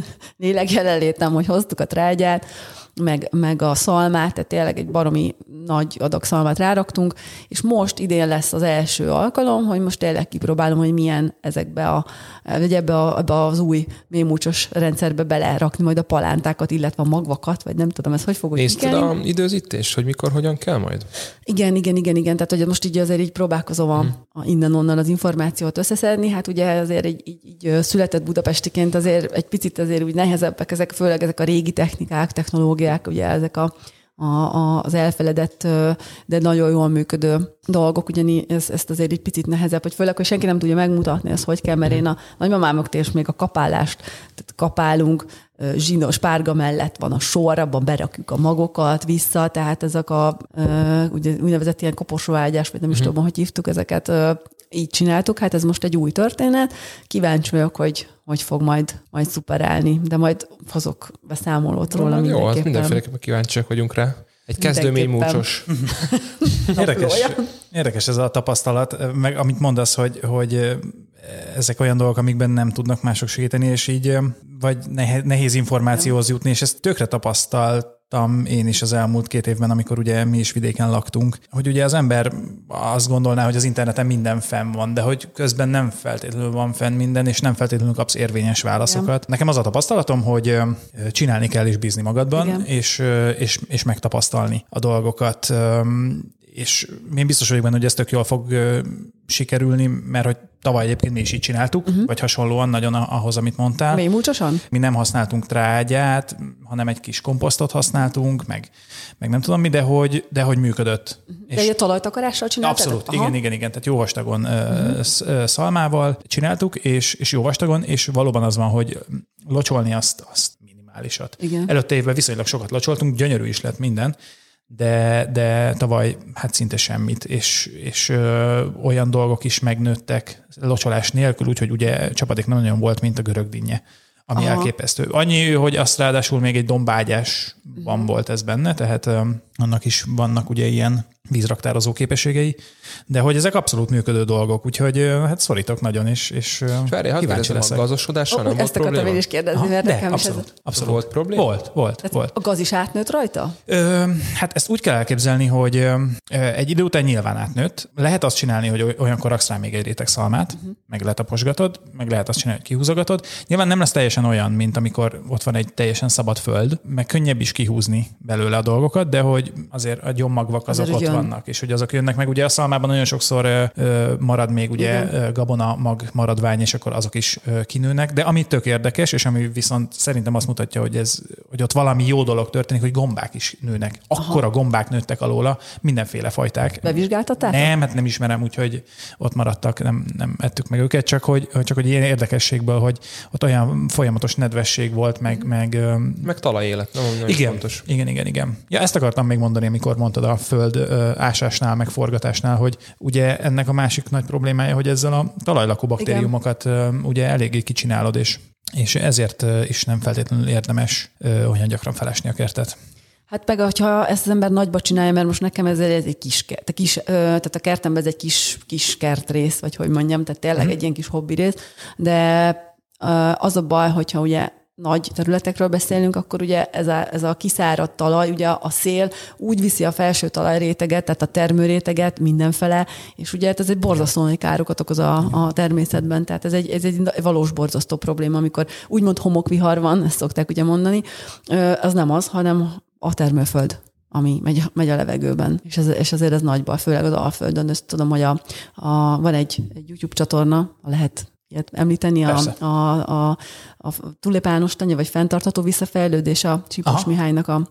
lélek jelenlétem, hogy hoztuk a trágyát, meg, meg a szalmát, tehát tényleg egy baromi nagy adag szalmát ráraktunk, és most idén lesz az első alkalom, hogy most tényleg kipróbálom, hogy milyen ezekbe a, vagy ebbe, a, ebbe az új mélymúcsos rendszerbe belerakni majd a palántákat, illetve a magvakat, vagy nem tudom, ez hogy fog úgy Nézted az időzítés, hogy mikor, hogyan kell majd? Igen, igen, igen, igen, tehát hogy most így azért így próbálkozom a, a innen-onnan az információt összeszedni, hát ugye azért így, így, így született budapestiként azért egy picit azért úgy nehezebbek ezek, főleg ezek a régi technikák, technológiák, ugye ezek a A, a, az elfeledett, de nagyon jól működő dolgok, ugyanis ez, ezt azért egy picit nehezebb, hogy főleg, hogy senki nem tudja megmutatni ezt, hogy kell, mert én a nagymamámoktól és még a kapálást, tehát kapálunk, zsinos párga mellett van a sor, abban berakjuk a magokat vissza, tehát ezek a ugye, úgynevezett ilyen koporsóágyás, vagy nem is tudom, hogy hívtuk ezeket, így csináltuk, hát ez most egy új történet. Kíváncsi vagyok, hogy hogy fog majd, majd szuperálni, de majd hozok beszámolót róla jó, mindenképpen. Jó, mindenféleképpen kíváncsiak vagyunk rá. Egy kezdő mélymúcsos. Érdekes, érdekes ez a tapasztalat, meg amit mondasz, hogy, hogy ezek olyan dolgok, amikben nem tudnak mások segíteni, és így vagy nehéz információhoz jutni, és ezt tökre tapasztaltam én is az elmúlt két évben, amikor ugye mi is vidéken laktunk, hogy ugye az ember azt gondolná, hogy az interneten minden fenn van, de hogy közben nem feltétlenül van fenn minden, és nem feltétlenül kapsz érvényes válaszokat. Igen. Nekem az a tapasztalatom, hogy csinálni kell és bízni magadban, és, és, és megtapasztalni a dolgokat. És én biztos vagyok benne, hogy ez tök jól fog sikerülni, mert hogy tavaly egyébként mi is így csináltuk, uh-huh. vagy hasonlóan nagyon ahhoz, amit mondtál. Mélymúcsosan? Mi nem használtunk trágyát, hanem egy kis komposztot használtunk, meg, meg nem tudom mi, de hogy, de hogy működött. Uh-huh. De egy talajtakarással csináltad? Abszolút, Aha. igen, igen, igen. Tehát jó vastagon uh-huh. szalmával csináltuk, és, és jó vastagon, és valóban az van, hogy locsolni azt, azt minimálisat. Igen. Előtte évben viszonylag sokat locsoltunk, gyönyörű is lett minden, de, de tavaly hát szinte semmit, és, és ö, olyan dolgok is megnőttek locsolás nélkül, úgyhogy ugye csapadék nem nagyon volt, mint a görög dinnye, ami Aha. elképesztő. Annyi, hogy azt ráadásul még egy dombágyásban uh-huh. volt ez benne, tehát ö, annak is vannak ugye ilyen vízraktározó képességei, de hogy ezek abszolút működő dolgok, úgyhogy hát szorítok nagyon, és, és Fári, kíváncsi leszek. A gazosodással oh, nem volt probléma? Ezt akartam én is kérdezni, mert de, nekem abszolút, is ez... abszolút. Volt probléma? Volt, volt, Tehát volt. A gaz is átnőtt rajta? Ö, hát ezt úgy kell elképzelni, hogy egy idő után nyilván átnőtt. Lehet azt csinálni, hogy olyankor raksz rá még egy réteg szalmát, uh-huh. meg letaposgatod, meg lehet azt csinálni, hogy kihúzogatod. Nyilván nem lesz teljesen olyan, mint amikor ott van egy teljesen szabad föld, meg könnyebb is kihúzni belőle a dolgokat, de hogy azért a gyommagvak azok azért ott jön. Vannak, és hogy azok jönnek meg. Ugye a szalmában nagyon sokszor ö, marad még ugye Igen. gabona mag maradvány, és akkor azok is ö, kinőnek, de ami tök érdekes, és ami viszont szerintem azt mutatja, hogy, ez, hogy ott valami jó dolog történik, hogy gombák is nőnek. Akkora Aha. gombák nőttek alóla, mindenféle fajták. Bevizsgáltatták? Nem, hát nem ismerem, úgyhogy ott maradtak, nem, nem ettük meg őket, csak hogy, csak hogy ilyen érdekességből, hogy ott olyan folyamatos nedvesség volt, meg... Meg, meg talajélet, nem, nem igen, fontos. Igen, igen, igen. Ja, ezt akartam még mondani, amikor mondtad a föld ö, ásásnál, meg forgatásnál, hogy ugye ennek a másik nagy problémája, hogy ezzel a talajlakó baktériumokat igen. ugye eléggé kicsinálod, és, és ezért is nem feltétlenül érdemes ö, olyan gyakran felesni a kertet. Hát meg, hogyha ezt az ember nagyba csinálja, mert most nekem ez egy kis, kert, kis tehát a kertemben ez egy kis, kis kertrész, vagy hogy mondjam, tehát tényleg mm. egy ilyen kis hobbi rész, de az a baj, hogyha ugye nagy területekről beszélünk, akkor ugye ez a, ez a kiszáradt talaj, ugye a szél úgy viszi a felső talajréteget, tehát a termőréteget mindenfele, és ugye ez egy borzasztó nagy károkat okoz a, a természetben, tehát ez egy, ez egy valós borzasztó probléma, amikor úgymond homokvihar van, ezt szokták ugye mondani, az nem az, hanem a termőföld, ami megy, megy a levegőben, és, ez, és azért ez nagy baj, főleg az Alföldön, ezt tudom, hogy a, a, van egy, egy YouTube csatorna, lehet ilyet említeni, a, a, a, a tulipános tanya, vagy fenntartható visszafejlődés a Csípos Aha. Mihálynak a,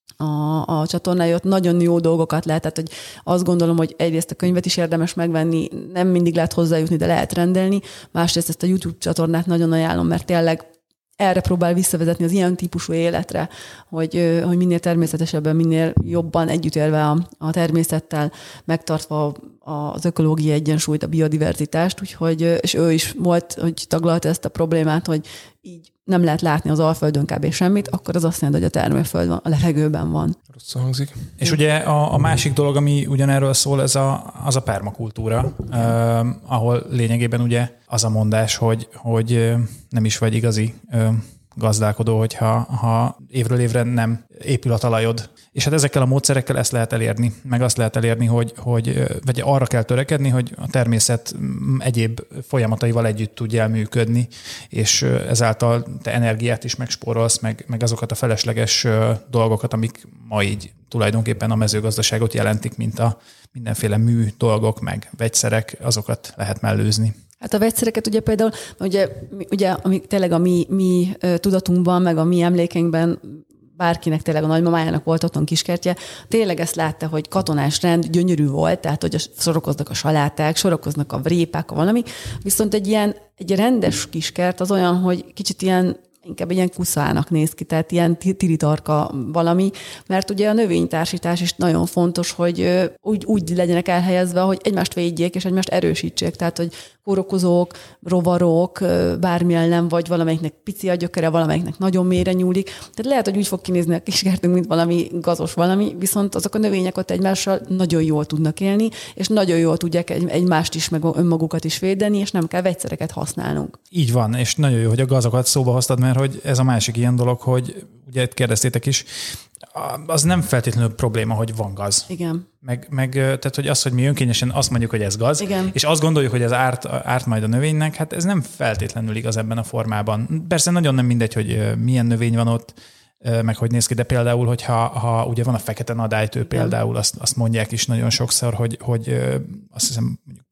a, a csatornája, ott nagyon jó dolgokat lehet, tehát hogy azt gondolom, hogy egyrészt a könyvet is érdemes megvenni, nem mindig lehet hozzájutni, de lehet rendelni, másrészt ezt a YouTube csatornát nagyon ajánlom, mert tényleg erre próbál visszavezetni az ilyen típusú életre, hogy, hogy minél természetesebben, minél jobban együttélve a, a természettel, megtartva az ökológiai egyensúlyt, a biodiverzitást, úgyhogy, és ő is volt, hogy taglalta ezt a problémát, hogy így nem lehet látni az Alföldön kb. Semmit, akkor az azt jelenti, hogy a termőföld van, a levegőben van. Rosszul hangzik. És ugye a, a másik dolog, ami ugyanerről szól, ez a, az a permakultúra, eh, ahol lényegében ugye az a mondás, hogy, hogy nem is vagy igazi eh, gazdálkodó, hogyha ha évről évre nem épül a talajod. És hát ezekkel a módszerekkel ezt lehet elérni, meg azt lehet elérni, hogy, hogy vagy arra kell törekedni, hogy a természet egyéb folyamataival együtt tudjál működni, és ezáltal te energiát is megspórolsz, meg, meg azokat a felesleges dolgokat, amik ma így tulajdonképpen a mezőgazdaságot jelentik, mint a mindenféle mű dolgok, meg vegyszerek, azokat lehet mellőzni. Hát a vegyszereket ugye például, ugye, ugye ami tényleg a mi, mi tudatunkban, meg a mi emlékeinkben bárkinek tényleg a nagymamájának volt otthon kiskertje, tényleg ezt látta, hogy katonás rend gyönyörű volt, tehát hogy sorokoznak a saláták, sorokoznak a vrépák, a valami, viszont egy ilyen egy rendes kiskert az olyan, hogy kicsit ilyen inkább egy ilyen kuszának néz ki, tehát ilyen tiritarka valami, mert ugye a növénytársítás is nagyon fontos, hogy úgy, úgy legyenek elhelyezve, hogy egymást védjék és egymást erősítsék, tehát hogy kórokozók, rovarok, bármilyen nem, vagy valamelyiknek pici a gyökere, valamelyiknek nagyon mélyre nyúlik. Tehát lehet, hogy úgy fog kinézni a kiskertünk, mint valami gazos valami, viszont azok a növények ott egymással nagyon jól tudnak élni, és nagyon jól tudják egymást is, meg önmagukat is védeni, és nem kell vegyszereket használnunk. Így van, és nagyon jó, hogy a gazokat szóba hoztad, mert hogy ez a másik ilyen dolog, hogy ugye itt kérdeztétek is, az nem feltétlenül probléma, hogy van gaz. Igen. Meg, meg tehát, hogy az, hogy mi önkényesen azt mondjuk, hogy ez gaz, Igen. és azt gondoljuk, hogy ez árt, árt majd a növénynek, hát ez nem feltétlenül igaz ebben a formában. Persze nagyon nem mindegy, hogy milyen növény van ott, meg hogy néz ki, de például, hogyha ha ugye van a fekete nadálytő például, azt, azt mondják is nagyon sokszor, hogy, hogy azt hiszem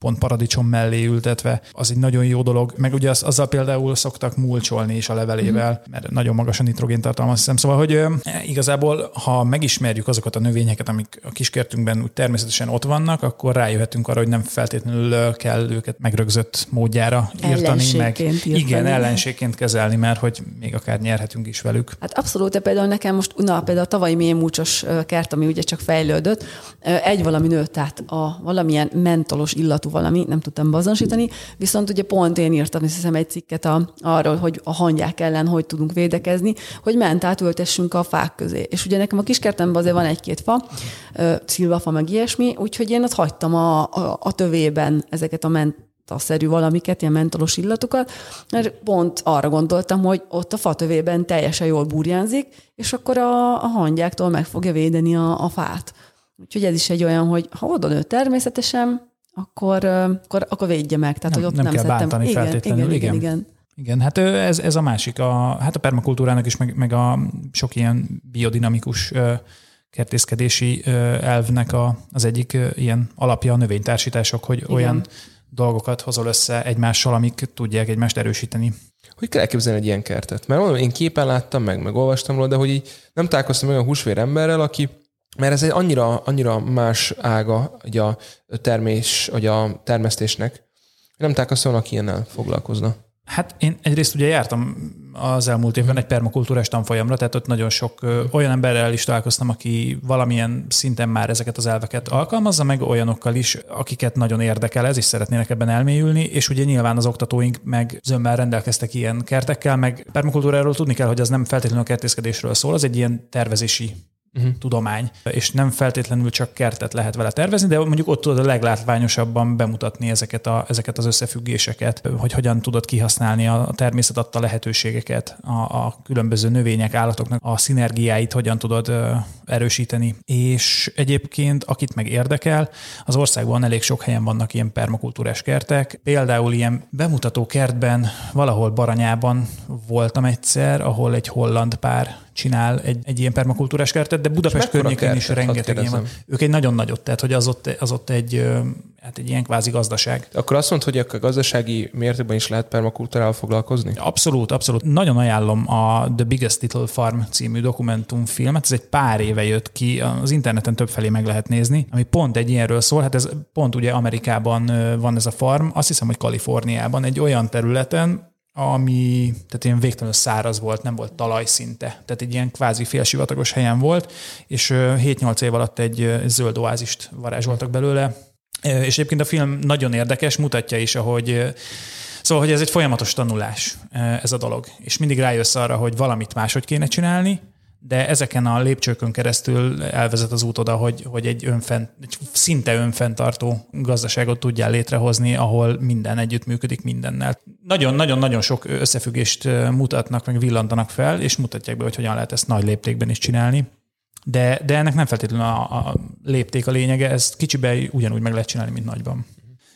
pont paradicsom mellé ültetve, az egy nagyon jó dolog. Meg ugye az, azzal például szoktak mulcsolni is a levelével, mm. mert nagyon magas a nitrogéntartalma, azt hiszem. Szóval, hogy e, igazából, ha megismerjük azokat a növényeket, amik a kiskertünkben úgy természetesen ott vannak, akkor rájöhetünk arra, hogy nem feltétlenül kell őket megrögzött módjára írtani, meg írtani. Igen, ellenségként kezelni, mert hogy még akár nyerhetünk is velük. Hát abszolút, de például nekem most, na, például a tavalyi méhmúcsos kert, ami ugye csak fejlődött, egy valami nőtt át a valamilyen mentolos illatú valami, nem tudtam beazonosítani, viszont ugye pont én írtam, azt hiszem, egy cikket a, arról, hogy a hangyák ellen hogy tudunk védekezni, hogy ment ültessünk a fák közé. És ugye nekem a kiskertemben azért van egy-két fa, szilvafa meg ilyesmi, úgyhogy én ott hagytam a, a, a tövében ezeket a ment szerű valamiket, ilyen mentolos illatokat, mert pont arra gondoltam, hogy ott a fatövében teljesen jól burjánzik, és akkor a, a hangyáktól meg fogja védeni a, a fát. Úgyhogy ez is egy olyan, hogy ha oda nő természetesen, akkor, akkor, akkor védje meg. Tehát, nem, hogy ott nem nem kell szedtem. bántani igen, feltétlenül. Igen, igen, igen. Igen, hát ez, ez a másik. A, hát a permakultúrának is, meg, meg a sok ilyen biodinamikus kertészkedési elvnek a, az egyik ilyen alapja a növénytársítások, hogy igen. olyan dolgokat hozol össze egymással, amik tudják egymást erősíteni. Hogy kell elképzelni egy ilyen kertet? Mert mondom, én képen láttam meg, meg olvastam róla, de hogy így nem találkoztam meg a húsvér emberrel, aki, mert ez egy annyira, annyira más ága ugye a termés, vagy a termesztésnek. Nem találkoztam, aki ilyennel foglalkozna. Hát én egyrészt ugye jártam az elmúlt évben egy permakultúrás tanfolyamra, tehát ott nagyon sok ö, olyan emberrel is találkoztam, aki valamilyen szinten már ezeket az elveket alkalmazza, meg olyanokkal is, akiket nagyon érdekel ez, és szeretnének ebben elmélyülni, és ugye nyilván az oktatóink meg zömmel rendelkeztek ilyen kertekkel, meg permakultúráról tudni kell, hogy az nem feltétlenül a kertészkedésről szól, az egy ilyen tervezési Uh-huh. tudomány, és nem feltétlenül csak kertet lehet vele tervezni, de mondjuk ott tudod a leglátványosabban bemutatni ezeket, a, ezeket az összefüggéseket, hogy hogyan tudod kihasználni a természet adta lehetőségeket, a, a különböző növények, állatoknak a szinergiáit hogyan tudod erősíteni. És egyébként, akit meg érdekel, az országban elég sok helyen vannak ilyen permakultúrás kertek. Például ilyen bemutató kertben, valahol Baranyában voltam egyszer, ahol egy holland pár csinál egy, egy ilyen permakultúrás kertet, de Budapest környékén is rengeteg ilyen van. Ők egy nagyon nagyot, tehát hogy az ott, az ott egy, hát egy ilyen kvázi gazdaság. Akkor azt mondod, hogy a gazdasági mértékben is lehet permakultúrával foglalkozni? Abszolút, abszolút. Nagyon ajánlom a The Biggest Little Farm című dokumentumfilmet. Ez egy pár éve jött ki, az interneten többfelé meg lehet nézni, ami pont egy ilyenről szól. Hát ez pont ugye Amerikában van ez a farm, azt hiszem, hogy Kaliforniában, egy olyan területen, ami tehát ilyen végtelenül száraz volt, nem volt talajszinte. Tehát egy ilyen kvázi félsivatagos helyen volt, és hét-nyolc év alatt egy zöld oázist varázsoltak belőle. És egyébként a film nagyon érdekes, mutatja is, ahogy szóval, hogy ez egy folyamatos tanulás, ez a dolog. És mindig rájössz arra, hogy valamit máshogy kéne csinálni, de ezeken a lépcsőkön keresztül elvezet az út oda, hogy, hogy egy, önfent, egy szinte önfenntartó gazdaságot tudjál létrehozni, ahol minden együttműködik mindennel. Nagyon-nagyon-nagyon sok összefüggést mutatnak, meg villantanak fel, és mutatják be, hogy hogyan lehet ezt nagy léptékben is csinálni. De, de ennek nem feltétlenül a, a lépték a lényege, ezt kicsiben ugyanúgy meg lehet csinálni, mint nagyban.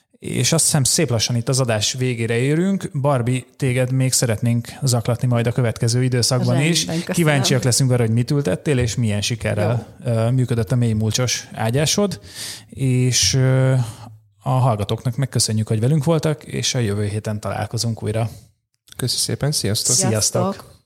És azt hiszem szép lassan itt az adás végére érünk. Barbie, téged még szeretnénk zaklatni majd a következő időszakban Rendben, is. Köszönöm. Kíváncsiak leszünk arra, hogy mit ültettél, és milyen sikerrel Jó. működött a méhmulcsos ágyásod. És a hallgatóknak megköszönjük, hogy velünk voltak, és a jövő héten találkozunk újra. Köszönöm szépen, sziasztok! Sziasztok!